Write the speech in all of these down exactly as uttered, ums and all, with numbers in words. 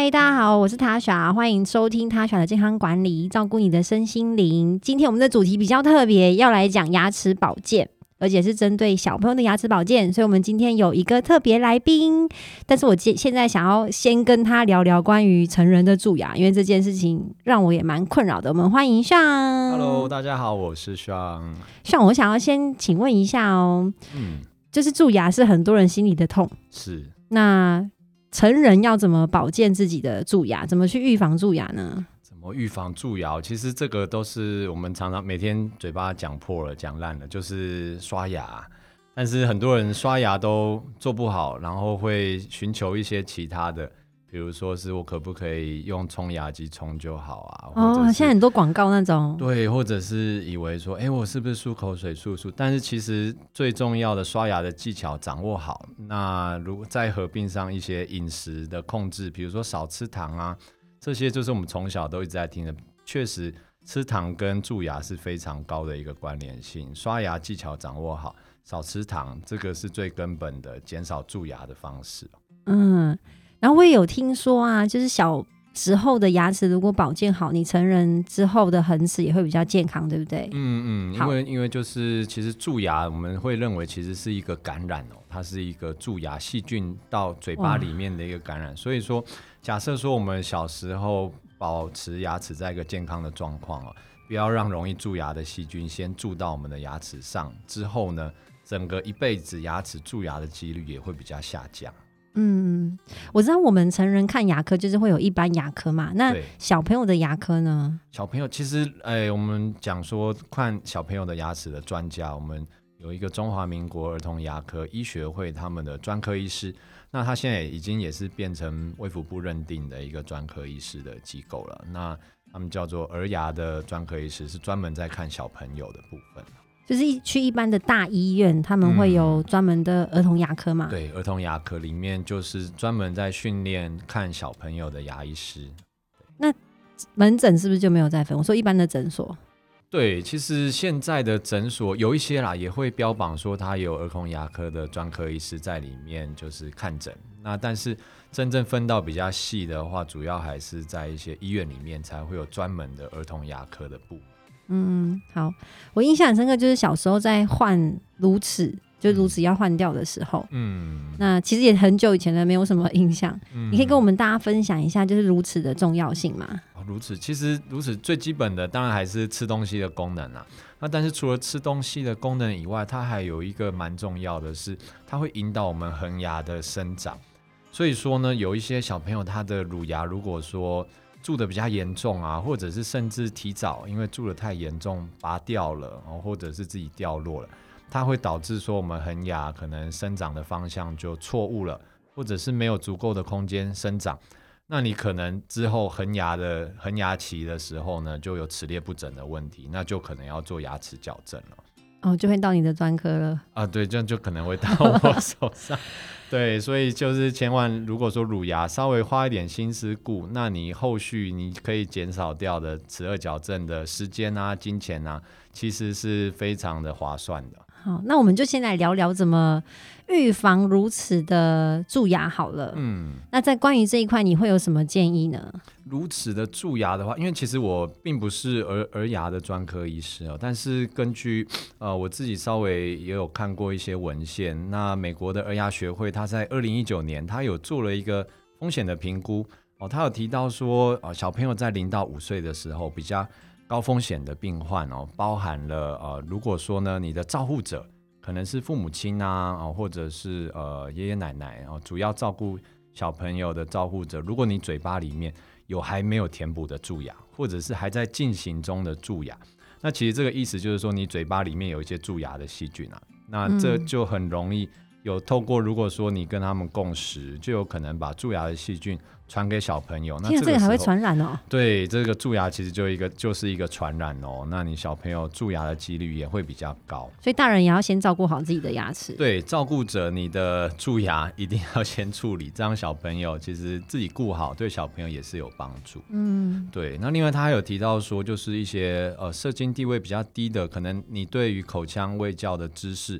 嗨，大家好，我是塔莎，欢迎收听塔莎的健康管理，照顾你的身心灵。今天我们的主题比较特别，要来讲牙齿保健，而且是针对小朋友的牙齿保健，所以我们今天有一个特别来宾。但是我现在想要先跟他聊聊关于成人的蛀牙，因为这件事情让我也蛮困扰的。我们欢迎Sean。 Hello， 大家好，我是Sean。 Sean，我想要先请问一下哦，嗯，就是蛀牙是很多人心里的痛， 是那成人要怎么保健自己的蛀牙？怎么去预防蛀牙呢？ 怎么预防蛀牙？其实这个都是我们常常每天嘴巴讲破了、讲烂了，就是刷牙。但是很多人刷牙都做不好，然后会寻求一些其他的，比如说是我可不可以用冲牙机冲就好啊？ 哦，现在很多广告那种。 对，或者是以为说，哎，我是不是漱口水漱漱？但是其实最重要的刷牙的技巧掌握好，那如果再合并上一些饮食的控制，比如说少吃糖啊，这些就是我们从小都一直在听的。确实，吃糖跟蛀牙是非常高的一个关联性。刷牙技巧掌握好，少吃糖，这个是最根本的减少蛀牙的方式。 嗯，然后我也有听说啊，就是小时候的牙齿如果保健好，你成人之后的恒齿也会比较健康，对不对？ 嗯嗯，因为因为就是其实蛀牙我们会认为其实是一个感染哦，它是一个蛀牙细菌到嘴巴里面的一个感染，所以说假设说我们小时候保持牙齿在一个健康的状况哦，不要让容易蛀牙的细菌先蛀到我们的牙齿上，之后呢，整个一辈子牙齿蛀牙的几率也会比较下降。 嗯，我知道我们成人看牙科就是会有一般牙科嘛，那小朋友的牙科呢？ 小朋友其实，哎，我们讲说看小朋友的牙齿的专家，我们有一个中华民国儿童牙科医学会他们的专科医师，那他现在已经也是变成卫福部认定的一个专科医师的机构了。那他们叫做儿牙的专科医师，是专门在看小朋友的部分。 就是去一般的大医院，他们会有专门的儿童牙科嘛？ 嗯、对，儿童牙科里面就是专门在训练看小朋友的牙医师。 那门诊是不是就没有再分？我说一般的诊所。 对，其实现在的诊所有一些啦，也会标榜说他有儿童牙科的专科医师在里面就是看诊。那但是真正分到比较细的话，主要还是在一些医院里面才会有专门的儿童牙科的部门。 嗯，好，我印象很深刻，就是小时候在换乳齿，就乳齿要换掉的时候，嗯，那其实也很久以前了，没有什么印象。嗯，你可以跟我们大家分享一下，就是乳齿的重要性吗？ 乳齿其实乳齿最基本的当然还是吃东西的功能啦。那但是除了吃东西的功能以外，它还有一个蛮重要的是，它会引导我们恒牙的生长。所以说呢，有一些小朋友他的乳牙如果说蛀得比较严重啊，或者是甚至提早因为蛀得太严重拔掉了，或者是自己掉落了，它会导致说我们恒牙可能生长的方向就错误了，或者是没有足够的空间生长。那你可能之后恒牙的恒牙期的时候呢，就有齿列不整的问题，那就可能要做牙齿矫正了。 哦，就会到你的专科了啊，对，这样就可能会到我手上。对，所以就是千万，如果说乳牙稍微花一点心思顾，那你后续你可以减少掉的齿颚矫正的时间啊、金钱啊，其实是非常的划算的。 好，那我们就先来聊聊怎么预防乳齿的蛀牙好了。嗯，那在关于这一块，你会有什么建议呢？ 乳齿的蛀牙的话，因为其实我并不是 儿, 儿牙的专科医师哦，但是根据呃我自己稍微也有看过一些文献，那美国的儿牙学会，它在二零一九年，它有做了一个风险的评估哦，它有提到说，呃、小朋友在零到五岁的时候比较高风险的病患哦，包含了呃，如果说呢，你的照护者可能是父母亲啊，哦、或者是呃爷爷奶奶哦，主要照顾小朋友的照护者，如果你嘴巴里面有还没有填补的蛀牙，或者是还在进行中的蛀牙，那其实这个意思就是说，你嘴巴里面有一些蛀牙的细菌啊，那这就很容易有透过，如果说你跟他们共食，就有可能把蛀牙的细菌传给小朋友。那这个这个还会传染哦？ 对，这个蛀牙其实就一个就是一个传染哦。那你小朋友蛀牙的几率也会比较高， 所以大人也要先照顾好自己的牙齿。 对，照顾者你的蛀牙一定要先处理，这样小朋友其实自己顾好，对小朋友也是有帮助。嗯，对。那另外他还有提到说，就是一些呃社经地位比较低的，可能你对于口腔卫教的知识比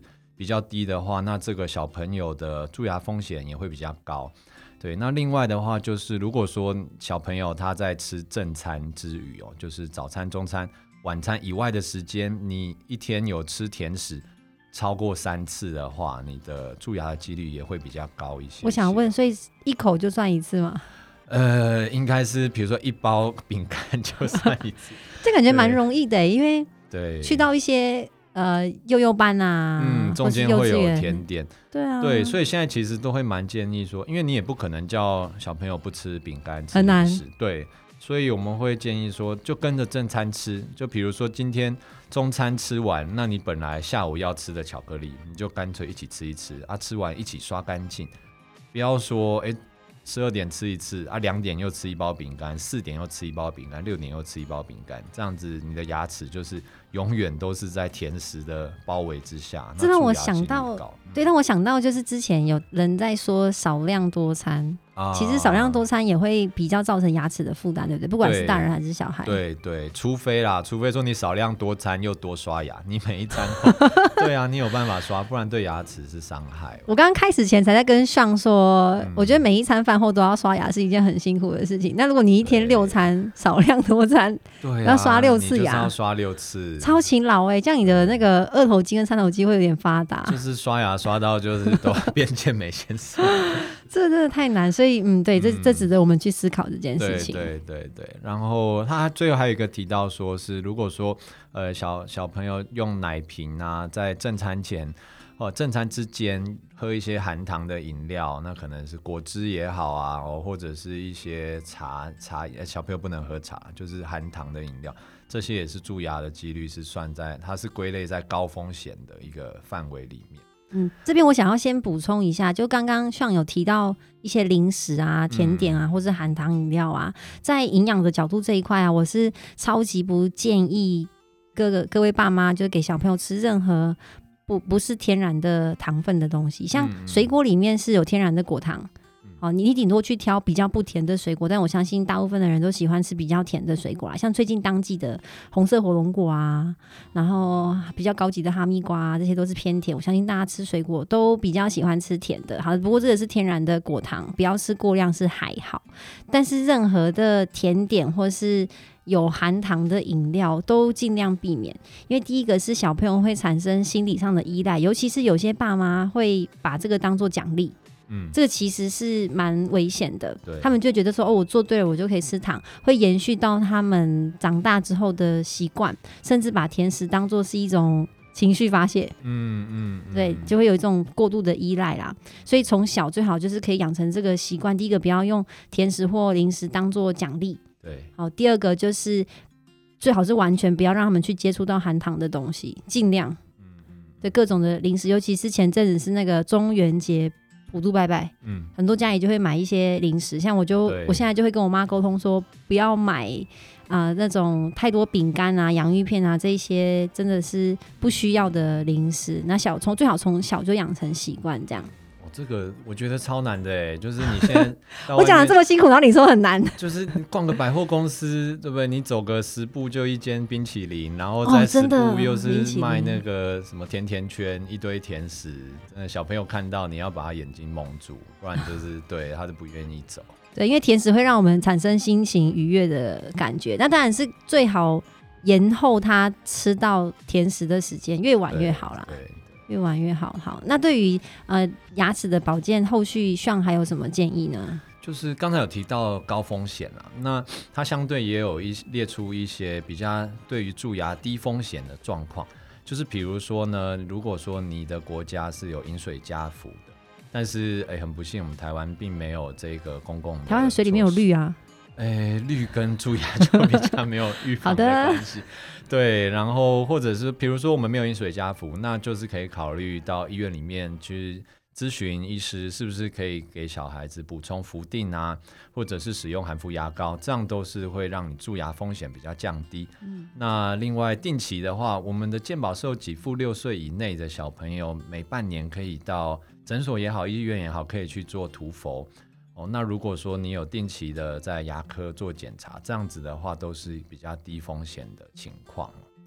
比较低的话，那这个小朋友的蛀牙风险也会比较高。对，那另外的话就是，如果说小朋友他在吃正餐之余哦，就是早餐、中餐、晚餐以外的时间，你一天有吃甜食超过三次的话，你的蛀牙的几率也会比较高一些。 我想问，所以一口就算一次吗？ 呃，应该是比如说一包饼干就算一次， 这感觉蛮容易的，因为对去到一些呃幼幼班啊， 嗯，中间会有甜点， 对啊， 对，所以现在其实都会蛮建议说，因为你也不可能叫小朋友不吃饼干， 很难， 对，所以我们会建议说，就跟着正餐吃，就比如说今天中餐吃完，那你本来下午要吃的巧克力，你就干脆一起吃一吃啊，吃完一起刷干净，不要说哎。十二点吃一次啊，两点又吃一包饼干，四点又吃一包饼干，六点又吃一包饼干，这样子你的牙齿就是永远都是在甜食的包围之下。 这让我想到，嗯、对，让我想到就是之前有人在说少量多餐。啊、其实少量多餐也会比较造成牙齿的负担，对不对？不管是大人还是小孩。 对对，除非啦，除非说你少量多餐又多刷牙，你每一餐对啊，你有办法刷，不然对牙齿是伤害。 我刚刚开始前才在跟上说、嗯，我觉得每一餐饭后都要刷牙是一件很辛苦的事情。那如果你一天六餐少量多餐， 对、啊， 要刷六次牙， 你就是要刷六次， 超勤劳哎、欸！这样你的那个二头肌跟三头肌会有点发达， 就是刷牙刷到就是都变健美先生。 这真的太难，所以嗯，对，这这值得我们去思考这件事情。 对对对对，然后他最后还有一个提到说是，如果说呃小小朋友用奶瓶啊，在正餐前或、哦、正餐之间喝一些含糖的饮料，那可能是果汁也好啊，哦、或者是一些茶茶，小朋友不能喝茶，就是含糖的饮料，这些也是蛀牙的几率是算在，它是归类在高风险的一个范围里面。 嗯，这边我想要先补充一下，就刚刚上有提到一些零食啊、甜点啊，嗯、或是含糖饮料啊，在营养的角度这一块啊，我是超级不建议各个各位爸妈就给小朋友吃任何不不是天然的糖分的东西，像水果里面是有天然的果糖。哦，你顶多去挑比较不甜的水果，但我相信大部分的人都喜欢吃比较甜的水果啦，像最近当季的红色火龙果啊，然后比较高级的哈密瓜啊，这些都是偏甜，我相信大家吃水果都比较喜欢吃甜的。好，不过这个是天然的果糖，不要吃过量是还好，但是任何的甜点或是有含糖的饮料都尽量避免，因为第一个是小朋友会产生心理上的依赖，尤其是有些爸妈会把这个当作奖励。嗯、这个其实是蛮危险的，他们就觉得说哦，我做对了我就可以吃糖，会延续到他们长大之后的习惯，甚至把甜食当作是一种情绪发泄。嗯嗯，对，就会有一种过度的依赖啦。所以从小最好就是可以养成这个习惯。第一个不要用甜食或零食当作奖励，对。好，第二个就是最好是完全不要让他们去接触到含糖的东西，尽量。嗯嗯，对，各种的零食，尤其是前阵子是那个中元节。普渡拜拜，嗯，很多家里就会买一些零食，像我就我现在就会跟我妈沟通说，不要买啊、呃、那种太多饼干啊、洋芋片啊，这一些真的是不需要的零食。那小从最好从小就养成习惯，这样。 这个我觉得超难的哎，就是你现在我讲的这么辛苦，然后你说很难， 就是你逛个百货公司，对不对？你走个十步就一间冰淇淋，然后再十步又是卖那个什么甜甜圈，一堆甜食，小朋友看到你要把他眼睛蒙住，不然就是对他就不愿意走。 对，因为甜食会让我们产生心情愉悦的感觉，那当然是最好延后他吃到甜食的时间，越晚越好啦。对。对，越晚越好。好，那对于呃牙齿的保健，后续上还有什么建议呢？ 就是刚才有提到高风险啊，那它相对也有一列出一些比较对于蛀牙低风险的状况，就是比如说呢，如果说你的国家是有饮水加氟的，但是哎很不幸，我们台湾并没有这个公共的， 台湾的水里面有氯啊。 哎，氯跟蛀牙就比较没有预防的关系。对，然后或者是比如说我们没有饮水加氟，那就是可以考虑到医院里面去咨询医师，是不是可以给小孩子补充氟定啊，或者是使用含氟牙膏，这样都是会让你蛀牙风险比较降低。嗯、那另外定期的话，我们的健保是有给付六岁以内的小朋友每半年可以到诊所也好，医院也好，可以去做涂氟。哦，那如果说你有定期的在牙科做检查，这样子的话都是比较低风险的情况。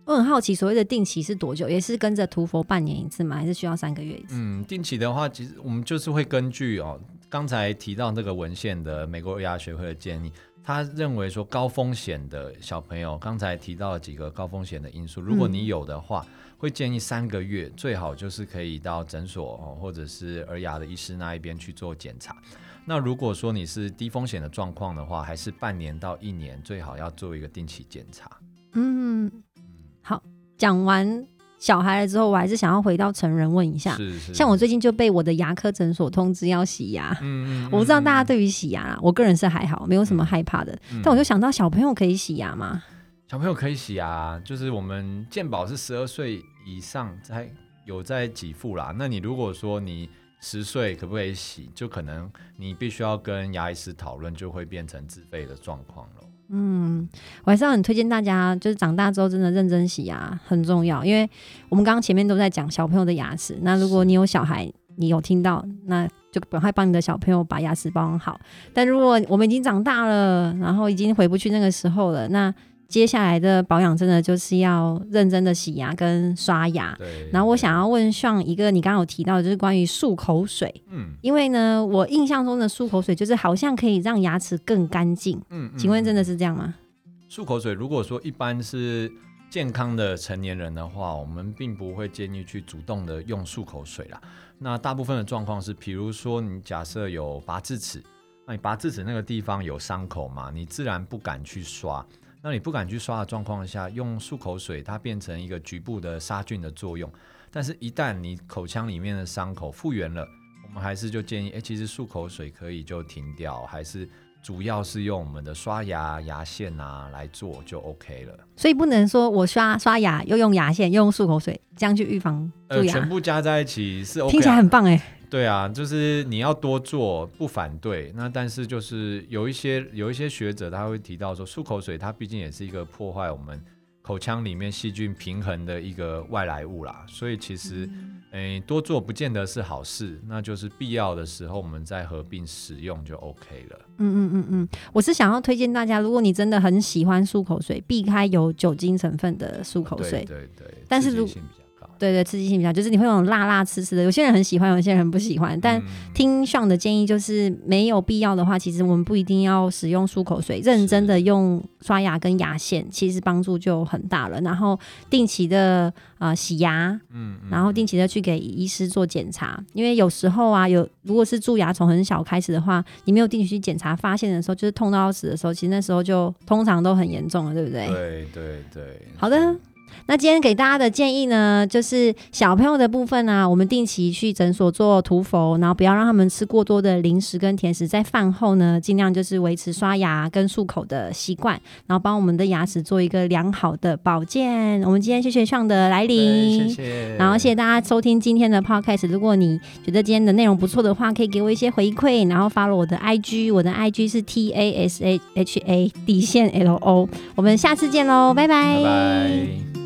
我很好奇，所谓的定期是多久？也是跟着涂佛半年一次吗？还是需要三个月一次？ 嗯，定期的话，其实我们就是会根据哦，刚才提到这个文献的美国儿牙学会的建议，他认为说高风险的小朋友，刚才提到了几个高风险的因素，如果你有的话，嗯、会建议三个月，最好就是可以到诊所、哦、或者是儿牙的医师那一边去做检查。那如果说你是低风险的状况的话，还是半年到一年，最好要做一个定期检查。嗯。 好，讲完小孩了之后，我还是想要回到成人问一下。 是是， 像我最近就被我的牙科诊所通知要洗牙。嗯嗯嗯，我不知道大家对于洗牙啦，我个人是还好，没有什么害怕的。嗯、但我就想到小朋友可以洗牙吗？ 小朋友可以洗牙，就是我们健保是十二岁以上才有在给付啦。那你如果说你十岁可不可以洗，就可能你必须要跟牙医师讨论，就会变成自费的状况了。 嗯，我还是要很推荐大家，就是长大之后真的认真洗牙很重要，因为我们刚刚前面都在讲小朋友的牙齿，那如果你有小孩，你有听到，那就赶快帮你的小朋友把牙齿保养好。但如果我们已经长大了，然后已经回不去那个时候了，那接下来的保养真的就是要认真的洗牙跟刷牙。然后我想要问上一个你刚刚有提到的就是关于漱口水。嗯，因为呢我印象中的漱口水就是好像可以让牙齿更干净。嗯，请问真的是这样吗？ 漱口水如果说一般是健康的成年人的话，我们并不会建议去主动的用漱口水啦。那大部分的状况是，比如说你假设有拔智齿，那你拔智齿那个地方有伤口嘛，你自然不敢去刷。那你不敢去刷的状况下，用漱口水它变成一个局部的杀菌的作用，但是一旦你口腔里面的伤口复原了，我们还是就建议，欸、其实漱口水可以就停掉，还是主要是用我们的刷牙牙线啊来做就 OK 了。 所以不能说我刷刷牙又用牙线又用漱口水，这样去预防蛀牙、 呃、全部加在一起是 OK、啊、 听起来很棒哎、欸。 对啊，就是你要多做不反对，那但是就是有一些有一些学者他会提到说，漱口水它毕竟也是一个破坏我们口腔里面细菌平衡的一个外来物啦，所以其实、嗯、多做不见得是好事，那就是必要的时候我们再合并使用就 OK 了。 嗯嗯嗯嗯，我是想要推荐大家，如果你真的很喜欢漱口水，避开有酒精成分的漱口水。 对对对， 但是如对对，刺激性比较，就是你会有那种辣辣刺刺的，有些人很喜欢，有些人不喜欢。但听Sean的建议就是，没有必要的话，其实我们不一定要使用漱口水，认真的用刷牙跟牙线，其实帮助就很大了。然后定期的、呃、洗牙，嗯，然后定期的去给医师做检查，因为有时候啊，有如果是蛀牙从很小开始的话，你没有定期去检查，发现的时候就是痛到要死的时候，其实那时候就通常都很严重了，对不对？ 对对对。 好的。那今天给大家的建议呢，就是小朋友的部分啊，我们定期去诊所做涂氟，然后不要让他们吃过多的零食跟甜食，在饭后呢，尽量就是维持刷牙跟漱口的习惯，然后帮我们的牙齿做一个良好的保健。我们今天谢谢Sean的来临， 谢谢， 然后谢谢大家收听今天的 podcast。如果你觉得今天的内容不错的话，可以给我一些回馈，然后 follow 我的 I G， 我的 I G 是 T A S H A 底线 L O。我们下次见喽，拜拜。 拜拜。